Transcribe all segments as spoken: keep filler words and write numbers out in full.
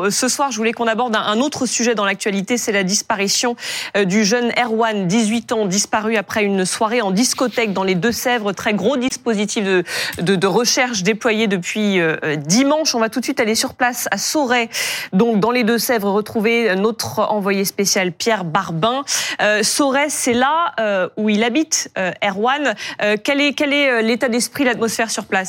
plateau ce soir. Je voulais qu'on aborde un autre sujet dans l'actualité, c'est la disparition du jeune Erwan, dix-huit ans, disparu après une soirée en discothèque dans les Deux-Sèvres. Très gros dispositif de, de, de recherche déployé depuis dimanche. On va tout de suite aller sur place à Sauray, donc dans les Deux-Sèvres, retrouver notre envoyé spécial Pierre Barbin. Euh, Sauray, c'est là euh, où il habite, euh, Erwan. Euh, quel est, quel est l'état d'esprit, l'atmosphère sur place ?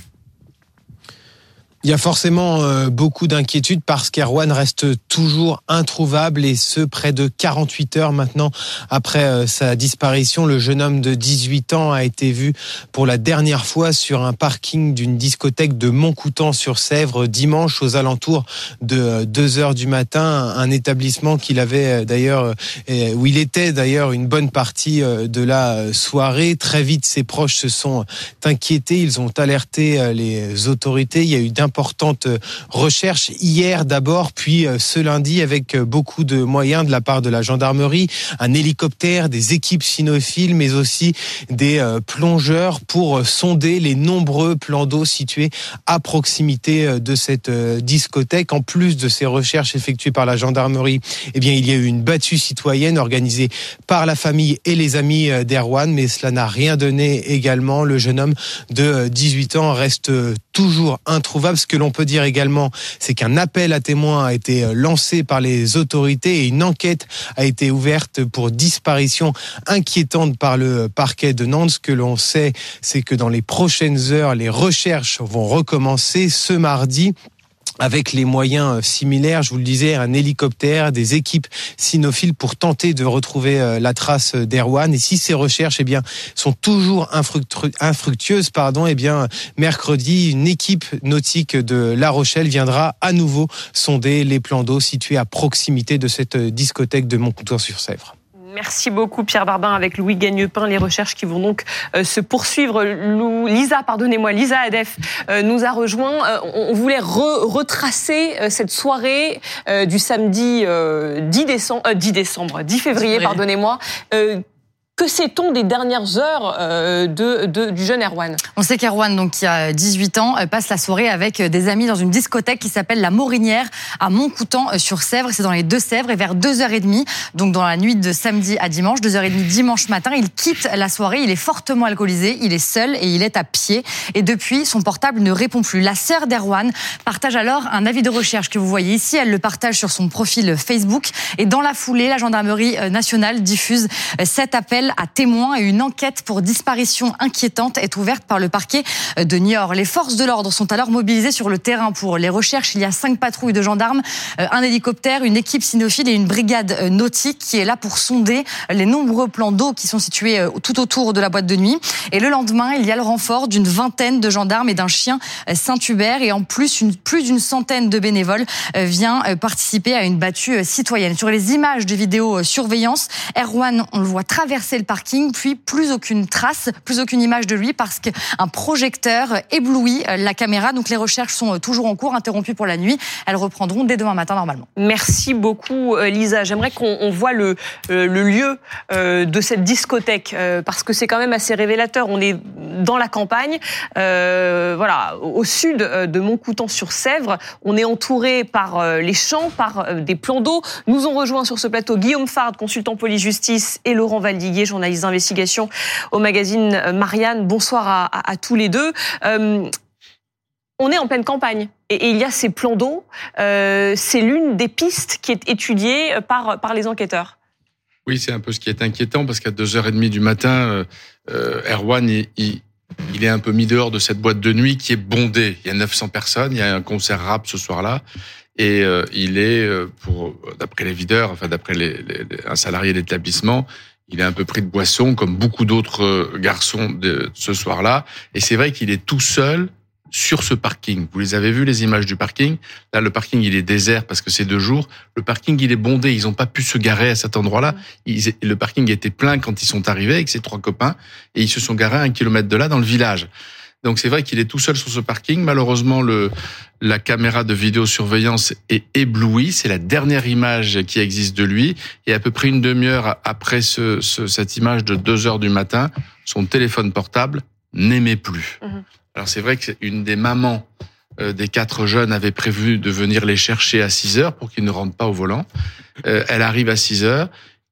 Il y a forcément euh, beaucoup d'inquiétudes parce qu'Erwan reste toujours introuvable et ce, près de quarante-huit heures maintenant après euh, sa disparition. Le jeune homme de dix-huit ans a été vu pour la dernière fois sur un parking d'une discothèque de Montcoutan-sur-Sèvre dimanche aux alentours de deux heures du matin. Un établissement qu'il avait d'ailleurs, euh, où il était d'ailleurs une bonne partie euh, de la soirée. Très vite, ses proches se sont inquiétés. Ils ont alerté euh, les autorités. Il y a eu d'importantes importante recherche hier d'abord, puis ce lundi avec beaucoup de moyens de la part de la gendarmerie, un hélicoptère, des équipes cynophiles, mais aussi des plongeurs pour sonder les nombreux plans d'eau situés à proximité de cette discothèque. En plus de ces recherches effectuées par la gendarmerie, eh bien, il y a eu une battue citoyenne organisée par la famille et les amis d'Erwan, mais cela n'a rien donné également. Le jeune homme de dix-huit ans reste toujours introuvable. Ce que l'on peut dire également, c'est qu'un appel à témoins a été lancé par les autorités et une enquête a été ouverte pour disparition inquiétante par le parquet de Nantes. Ce que l'on sait, c'est que dans les prochaines heures, les recherches vont recommencer ce mardi, avec les moyens similaires, je vous le disais, un hélicoptère, des équipes cynophiles pour tenter de retrouver la trace d'Erwan. Et si ces recherches, eh bien, sont toujours infructu- infructueuses, pardon, eh bien, mercredi, une équipe nautique de La Rochelle viendra à nouveau sonder les plans d'eau situés à proximité de cette discothèque de Montcoutan-sur-Sèvre. Merci beaucoup Pierre Barbin avec Louis Gagnepin. Les recherches qui vont donc euh, se poursuivre. Lou, Lisa, pardonnez-moi, Lisa Adef euh, nous a rejoint. Euh, on voulait re, retracer euh, cette soirée euh, du samedi euh, dix décembre, euh, dix décembre, dix février, pardonnez-moi. Euh, Que sait-on des dernières heures euh, de, de, du jeune Erwan ? On sait qu'Erwan, donc, qui a dix-huit ans, passe la soirée avec des amis dans une discothèque qui s'appelle La Morinière à Montcoutan-sur-Sèvre. C'est dans les Deux-Sèvres et vers deux heures trente, donc dans la nuit de samedi à dimanche, deux heures trente dimanche matin, il quitte la soirée. Il est fortement alcoolisé, il est seul et il est à pied. Et depuis, son portable ne répond plus. La sœur d'Erwan partage alors un avis de recherche que vous voyez ici. Elle le partage sur son profil Facebook. Et dans la foulée, la gendarmerie nationale diffuse cet appel à témoins et une enquête pour disparition inquiétante est ouverte par le parquet de Niort. Les forces de l'ordre sont alors mobilisées sur le terrain pour les recherches. Il y a cinq patrouilles de gendarmes, un hélicoptère, une équipe cynophile et une brigade nautique qui est là pour sonder les nombreux plans d'eau qui sont situés tout autour de la boîte de nuit. Et le lendemain, il y a le renfort d'une vingtaine de gendarmes et d'un chien Saint-Hubert. Et en plus, une, plus d'une centaine de bénévoles vient participer à une battue citoyenne. Sur les images de vidéosurveillance, Erwan, on le voit traverser le parking, puis plus aucune trace, plus aucune image de lui parce qu'un projecteur éblouit la caméra. Donc les recherches sont toujours en cours, interrompues pour la nuit. Elles reprendront dès demain matin normalement. Merci beaucoup Lisa. J'aimerais qu'on on voit le, euh, le lieu euh, de cette discothèque euh, parce que c'est quand même assez révélateur. On est dans la campagne, euh, voilà, au sud de Montcoutan-sur-Sèvre. On est entouré par euh, les champs, par euh, des plans d'eau. Nous ont rejoint sur ce plateau Guillaume Fard, consultant police-justice, et Laurent Valdiguier, journaliste d'investigation au magazine Marianne. Bonsoir à, à, à tous les deux. Euh, on est en pleine campagne et, et il y a ces plans d'eau. Euh, c'est l'une des pistes qui est étudiée par, par les enquêteurs. Oui, c'est un peu ce qui est inquiétant parce qu'à deux heures trente du matin, euh, Erwan, il, il, il est un peu mis dehors de cette boîte de nuit qui est bondée. Il y a neuf cents personnes, il y a un concert rap ce soir-là. Et euh, il est, pour, d'après les videurs, enfin d'après les, les, un salarié de l'établissement, il est un peu pris de boisson, comme beaucoup d'autres garçons de ce soir-là. Et c'est vrai qu'il est tout seul sur ce parking. Vous les avez vus, les images du parking. Là, le parking, il est désert parce que c'est deux jours. Le parking, il est bondé. Ils n'ont pas pu se garer à cet endroit-là. Ils, le parking était plein quand ils sont arrivés avec ses trois copains. Et ils se sont garés à un kilomètre de là, dans le village. Donc c'est vrai qu'il est tout seul sur ce parking. Malheureusement, le, la caméra de vidéosurveillance est éblouie. C'est la dernière image qui existe de lui. Et à peu près une demi-heure après ce, ce, cette image de deux heures du matin, son téléphone portable n'émet plus. Mmh. Alors c'est vrai que c'est une des mamans euh, des quatre jeunes avait prévu de venir les chercher à six heures pour qu'ils ne rentrent pas au volant. Euh, elle arrive à six heures.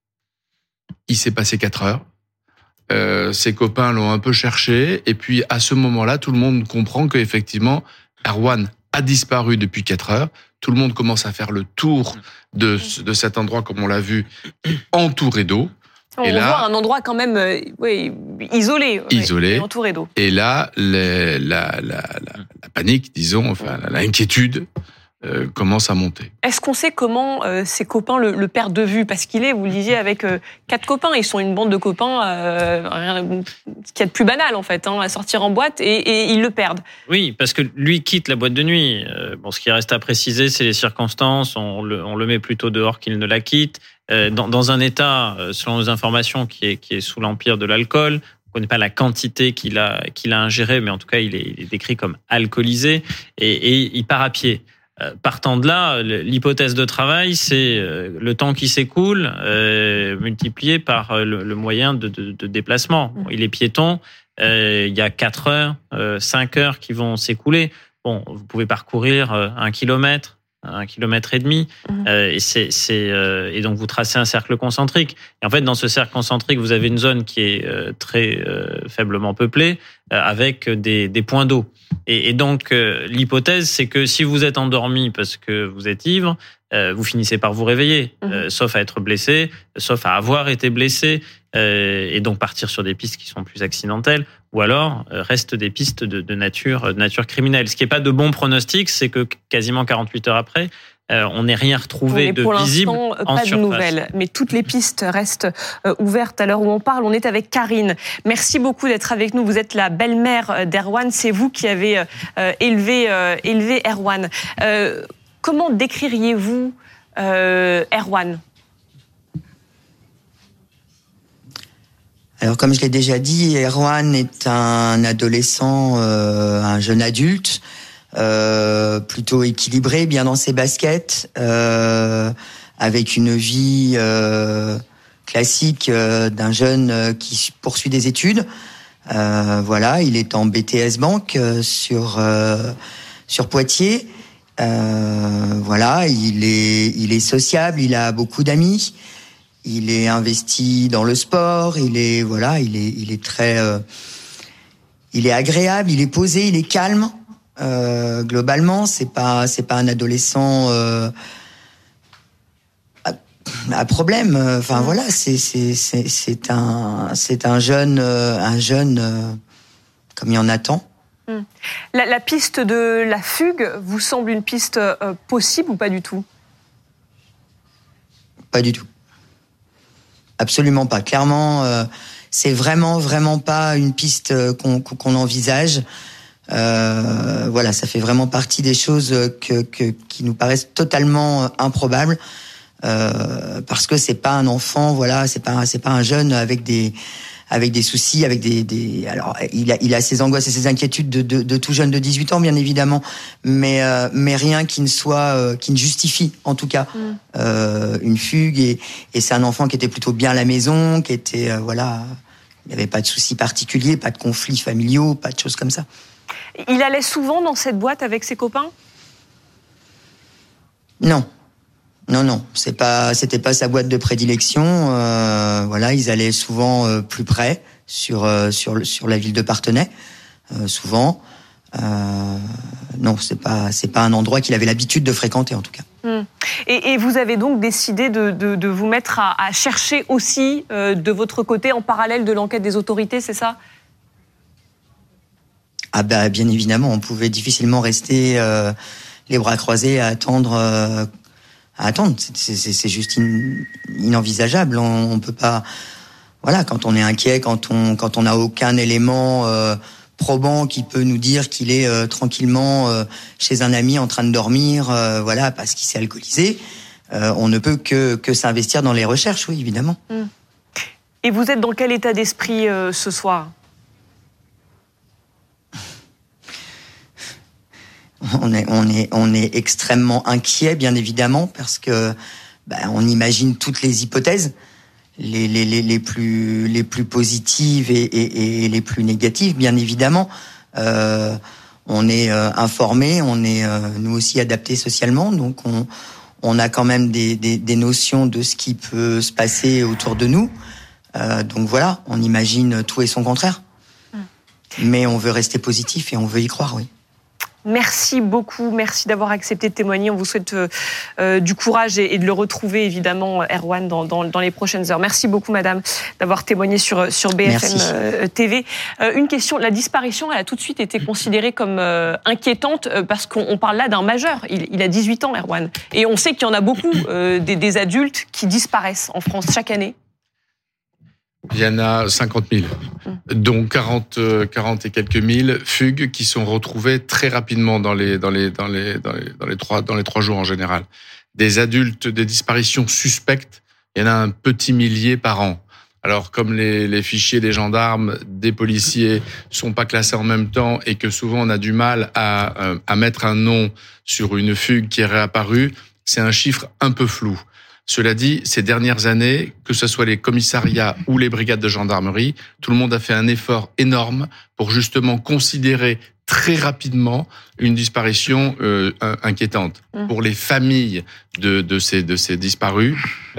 Il s'est passé quatre heures. Euh, ses copains l'ont un peu cherché. Et puis, à ce moment-là, tout le monde comprend qu'effectivement, Erwan a disparu depuis quatre heures. Tout le monde commence à faire le tour de, de cet endroit, comme on l'a vu, entouré d'eau. On et là, voit un endroit quand même euh, oui, isolé, isolé, oui, entouré d'eau. Et là, les, la, la, la, la panique, disons, enfin l'inquiétude euh, commence à monter. Est-ce qu'on sait comment euh, ses copains le, le perdent de vue? Parce qu'il est, vous le disiez, avec euh, quatre copains. Ils sont une bande de copains, euh, rien, ce qu'il y a de plus banal en fait, hein, à sortir en boîte, et, et ils le perdent. Oui, parce que lui quitte la boîte de nuit. Euh, bon, ce qui reste à préciser, c'est les circonstances. On le, on le met plutôt dehors qu'il ne la quitte. Euh, dans, dans un état, selon nos informations, qui est, qui est sous l'empire de l'alcool. On ne connaît pas la quantité qu'il a, qu'il a ingéré, mais en tout cas, il est, il est décrit comme alcoolisé, et, et il part à pied. Euh, partant de là, l'hypothèse de travail, c'est le temps qui s'écoule euh, multiplié par le, le moyen de, de, de déplacement. Bon, il est piéton, euh, il y a quatre heures, euh, cinq heures qui vont s'écouler. Bon, vous pouvez parcourir un kilomètre, un kilomètre et demi, mmh. euh, et c'est, c'est euh, et donc vous tracez un cercle concentrique. Et en fait, dans ce cercle concentrique, vous avez une zone qui est euh, très euh, faiblement peuplée, euh, avec des, des points d'eau. Et, et donc euh, l'hypothèse, c'est que si vous êtes endormi parce que vous êtes ivre, euh, vous finissez par vous réveiller, mmh. euh, sauf à être blessé, sauf à avoir été blessé, euh, et donc partir sur des pistes qui sont plus accidentelles. Ou alors, euh, restent des pistes de, de nature, de nature criminelle. Ce qui n'est pas de bon pronostic, c'est que quasiment quarante-huit heures après, euh, on n'ait rien retrouvé de visible en surface. Pas de nouvelles, mais toutes les pistes restent euh, ouvertes à l'heure où on parle. On est avec Karine. Merci beaucoup d'être avec nous. Vous êtes la belle-mère d'Erwan. C'est vous qui avez euh, élevé, euh, élevé Erwan. Euh, comment décririez-vous euh, Erwan ? Alors, comme je l'ai déjà dit, Erwan est un adolescent, euh, un jeune adulte, euh, plutôt équilibré, bien dans ses baskets, euh, avec une vie euh, classique euh, d'un jeune qui poursuit des études. Euh, voilà, il est en B T S Banque euh, sur euh, sur Poitiers. Euh, voilà, il est il est sociable, il a beaucoup d'amis. Il est investi dans le sport, il est voilà, il est il est très euh, il est agréable, il est posé, il est calme. Euh, globalement, c'est pas c'est pas un adolescent euh, à, à problème. Enfin mmh. voilà, c'est c'est c'est c'est un c'est un jeune euh, un jeune euh, comme il y en a tant. Mmh. La, la piste de la fugue vous semble une piste euh, possible ou pas du tout? Pas du tout. Absolument pas. Clairement, euh, c'est vraiment, vraiment pas une piste euh, qu'on, qu'on envisage. Euh, voilà, ça fait vraiment partie des choses que, que, qui nous paraissent totalement improbables, euh, parce que c'est pas un enfant, voilà, c'est pas, c'est pas un jeune avec des, avec des soucis, avec des, des. Alors, il a, il a ses angoisses et ses inquiétudes de, de, de tout jeune de dix-huit ans, bien évidemment, mais, euh, mais rien qui ne soit, euh, qui ne justifie, en tout cas, mm. euh, une fugue. Et, et c'est un enfant qui était plutôt bien à la maison, qui était, euh, voilà, il n'y avait pas de soucis particuliers, pas de conflits familiaux, pas de choses comme ça. Il allait souvent dans cette boîte avec ses copains ? Non. Non, non, c'est pas, c'était pas sa boîte de prédilection. Euh, voilà, ils allaient souvent euh, plus près sur euh, sur sur la ville de Parthenay, euh, souvent. Euh, non, c'est pas c'est pas un endroit qu'il avait l'habitude de fréquenter en tout cas. Hum. Et, et vous avez donc décidé de de, de vous mettre à, à chercher aussi euh, de votre côté en parallèle de l'enquête des autorités, c'est ça ? Ah bah bien évidemment, on pouvait difficilement rester euh, les bras croisés à attendre. Euh, à attendre, c'est, c'est, c'est juste in, inenvisageable. On, on peut pas, voilà, quand on est inquiet, quand on quand on n'a aucun élément euh, probant qui peut nous dire qu'il est euh, tranquillement euh, chez un ami en train de dormir, euh, voilà, parce qu'il s'est alcoolisé, euh, on ne peut que que s'investir dans les recherches, oui, évidemment. Et vous êtes dans quel état d'esprit euh, ce soir ? On est, on est, on est extrêmement inquiet, bien évidemment, parce que bah, on imagine toutes les hypothèses, les, les, les, les plus, les plus positives et, et, et les plus négatives, bien évidemment. Euh, on est euh, informé, on est euh, nous aussi adapté socialement, donc on on a quand même des, des des notions de ce qui peut se passer autour de nous. Euh, donc voilà, on imagine tout et son contraire. Mmh. Mais on veut rester positif et on veut y croire, oui. Merci beaucoup, merci d'avoir accepté de témoigner. On vous souhaite euh, euh, du courage et, et de le retrouver, évidemment, Erwan, dans, dans, dans les prochaines heures. Merci beaucoup, madame, d'avoir témoigné sur, sur B F M euh, T V. Euh, une question, la disparition, elle a tout de suite été considérée comme euh, inquiétante euh, parce qu'on on parle là d'un majeur. Il, il a dix-huit ans, Erwan. Et on sait qu'il y en a beaucoup, euh, des, des adultes qui disparaissent en France chaque année. Il y en a cinquante mille, dont quarante, quarante et quelques mille fugues qui sont retrouvées très rapidement dans les, dans les, dans les, dans les, dans les trois, dans les trois jours en général. Des adultes, des disparitions suspectes, il y en a un petit millier par an. Alors, comme les, les fichiers des gendarmes, des policiers sont pas classés en même temps et que souvent on a du mal à, à mettre un nom sur une fugue qui est réapparue, c'est un chiffre un peu flou. Cela dit, ces dernières années, que ce soit les commissariats ou les brigades de gendarmerie, tout le monde a fait un effort énorme pour justement considérer très rapidement une disparition euh, inquiétante. Mmh. Pour les familles de, de, ces, de ces disparus,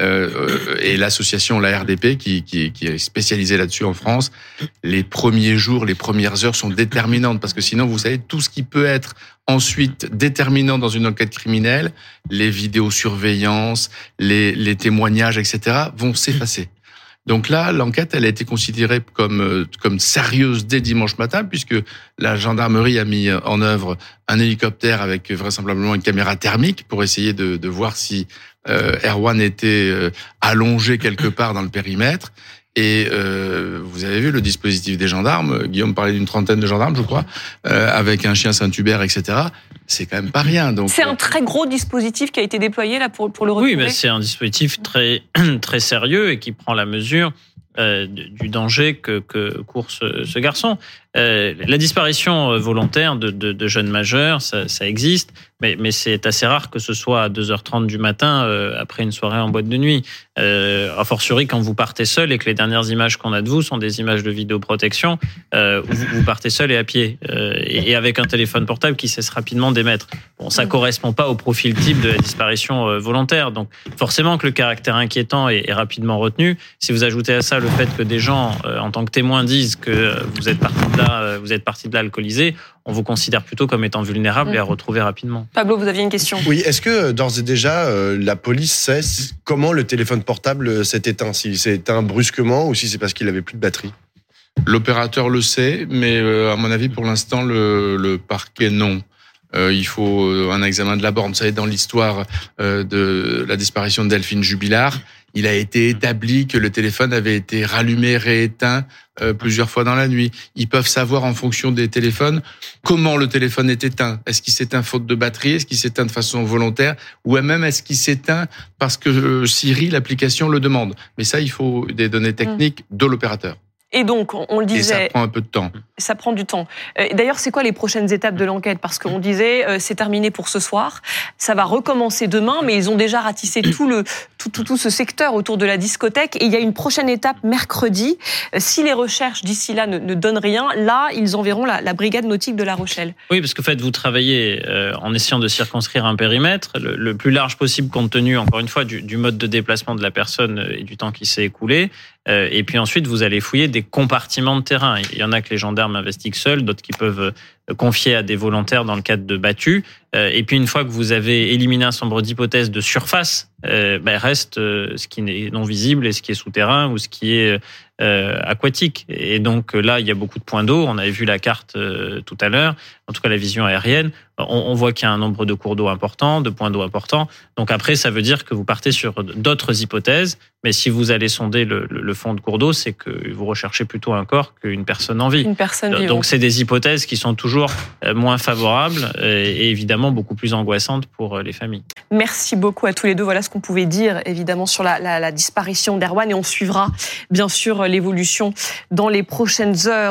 euh, et l'association, la R D P, qui, qui, qui est spécialisée là-dessus en France, les premiers jours, les premières heures sont déterminantes, parce que sinon, vous savez, tout ce qui peut être ensuite déterminant dans une enquête criminelle, les vidéosurveillances, les, les témoignages, et cetera, vont s'effacer. Donc là, l'enquête, elle a été considérée comme comme sérieuse dès dimanche matin, puisque la gendarmerie a mis en œuvre un hélicoptère avec vraisemblablement une caméra thermique pour essayer de, de voir si euh, Erwan était euh, allongé quelque part dans le périmètre. Et euh, vous avez vu le dispositif des gendarmes. Guillaume parlait d'une trentaine de gendarmes, je crois, euh, avec un chien Saint-Hubert, et cetera. C'est quand même pas rien. Donc c'est un très gros dispositif qui a été déployé là pour pour le retrouver. Oui, mais c'est un dispositif très très sérieux et qui prend la mesure euh, du danger que que court ce, ce garçon. Euh, la disparition volontaire de, de, de jeunes majeurs, ça, ça existe, mais, mais c'est assez rare que ce soit à deux heures trente du matin euh, après une soirée en boîte de nuit. Euh, a fortiori quand vous partez seul et que les dernières images qu'on a de vous sont des images de vidéoprotection, euh, vous, vous partez seul et à pied, euh, et, et avec un téléphone portable qui cesse rapidement d'émettre. Bon, ça correspond pas au profil type de la disparition euh, volontaire, donc forcément que le caractère inquiétant est, est rapidement retenu. Si vous ajoutez à ça le fait que des gens, euh, en tant que témoins, disent que euh, vous êtes parti de là vous êtes parti de là alcoolisé, on vous considère plutôt comme étant vulnérable mmh. et à retrouver rapidement. Pablo, vous aviez une question. Oui, est-ce que d'ores et déjà, euh, la police sait comment le téléphone portable s'est éteint, s'il s'est éteint brusquement ou si c'est parce qu'il avait plus de batterie? L'opérateur le sait, mais euh, à mon avis, pour l'instant, le, le parquet, non. Euh, il faut un examen de la borne. Vous savez, dans l'histoire euh, de la disparition de Delphine Jubilard, il a été établi que le téléphone avait été rallumé, rééteint euh, plusieurs fois dans la nuit. Ils peuvent savoir en fonction des téléphones comment le téléphone est éteint. Est-ce qu'il s'éteint faute de batterie? Est-ce qu'il s'éteint de façon volontaire? Ou même est-ce qu'il s'éteint parce que euh, Siri, l'application, le demande? Mais ça, il faut des données techniques de l'opérateur. Et donc, on le disait... Et ça prend un peu de temps. Ça prend du temps. D'ailleurs, c'est quoi les prochaines étapes de l'enquête? Parce qu'on disait, euh, c'est terminé pour ce soir, ça va recommencer demain, mais ils ont déjà ratissé tout, le, tout, tout, tout ce secteur autour de la discothèque. Et il y a une prochaine étape mercredi. Si les recherches d'ici là ne, ne donnent rien, là, ils enverront la, la brigade nautique de La Rochelle. Oui, parce que en fait, vous travaillez euh, en essayant de circonscrire un périmètre le, le plus large possible compte tenu, encore une fois, du, du mode de déplacement de la personne et du temps qui s'est écoulé. Euh, et puis ensuite, vous allez fouiller des compartiments de terrain. Il y en a que les gendarmes investiguent seuls, d'autres qui peuvent confier à des volontaires dans le cadre de battues. Euh, et puis une fois que vous avez éliminé un certain nombre d'hypothèses de surface, euh, ben reste euh, ce qui est non visible et ce qui est souterrain ou ce qui est euh, aquatique. Et donc là, il y a beaucoup de points d'eau. On avait vu la carte euh, tout à l'heure, en tout cas la vision aérienne. On, on voit qu'il y a un nombre de cours d'eau importants, de points d'eau importants. Donc après, ça veut dire que vous partez sur d'autres hypothèses. Mais si vous allez sonder le, le, le fond de cours d'eau, c'est que vous recherchez plutôt un corps qu'une personne en vie. Une personne vivante. Donc c'est des hypothèses qui sont toujours moins favorables et évidemment beaucoup plus angoissantes pour les familles. Merci beaucoup à tous les deux. Voilà ce qu'on pouvait dire évidemment sur la, la, la disparition d'Erwan et on suivra bien sûr l'évolution dans les prochaines heures.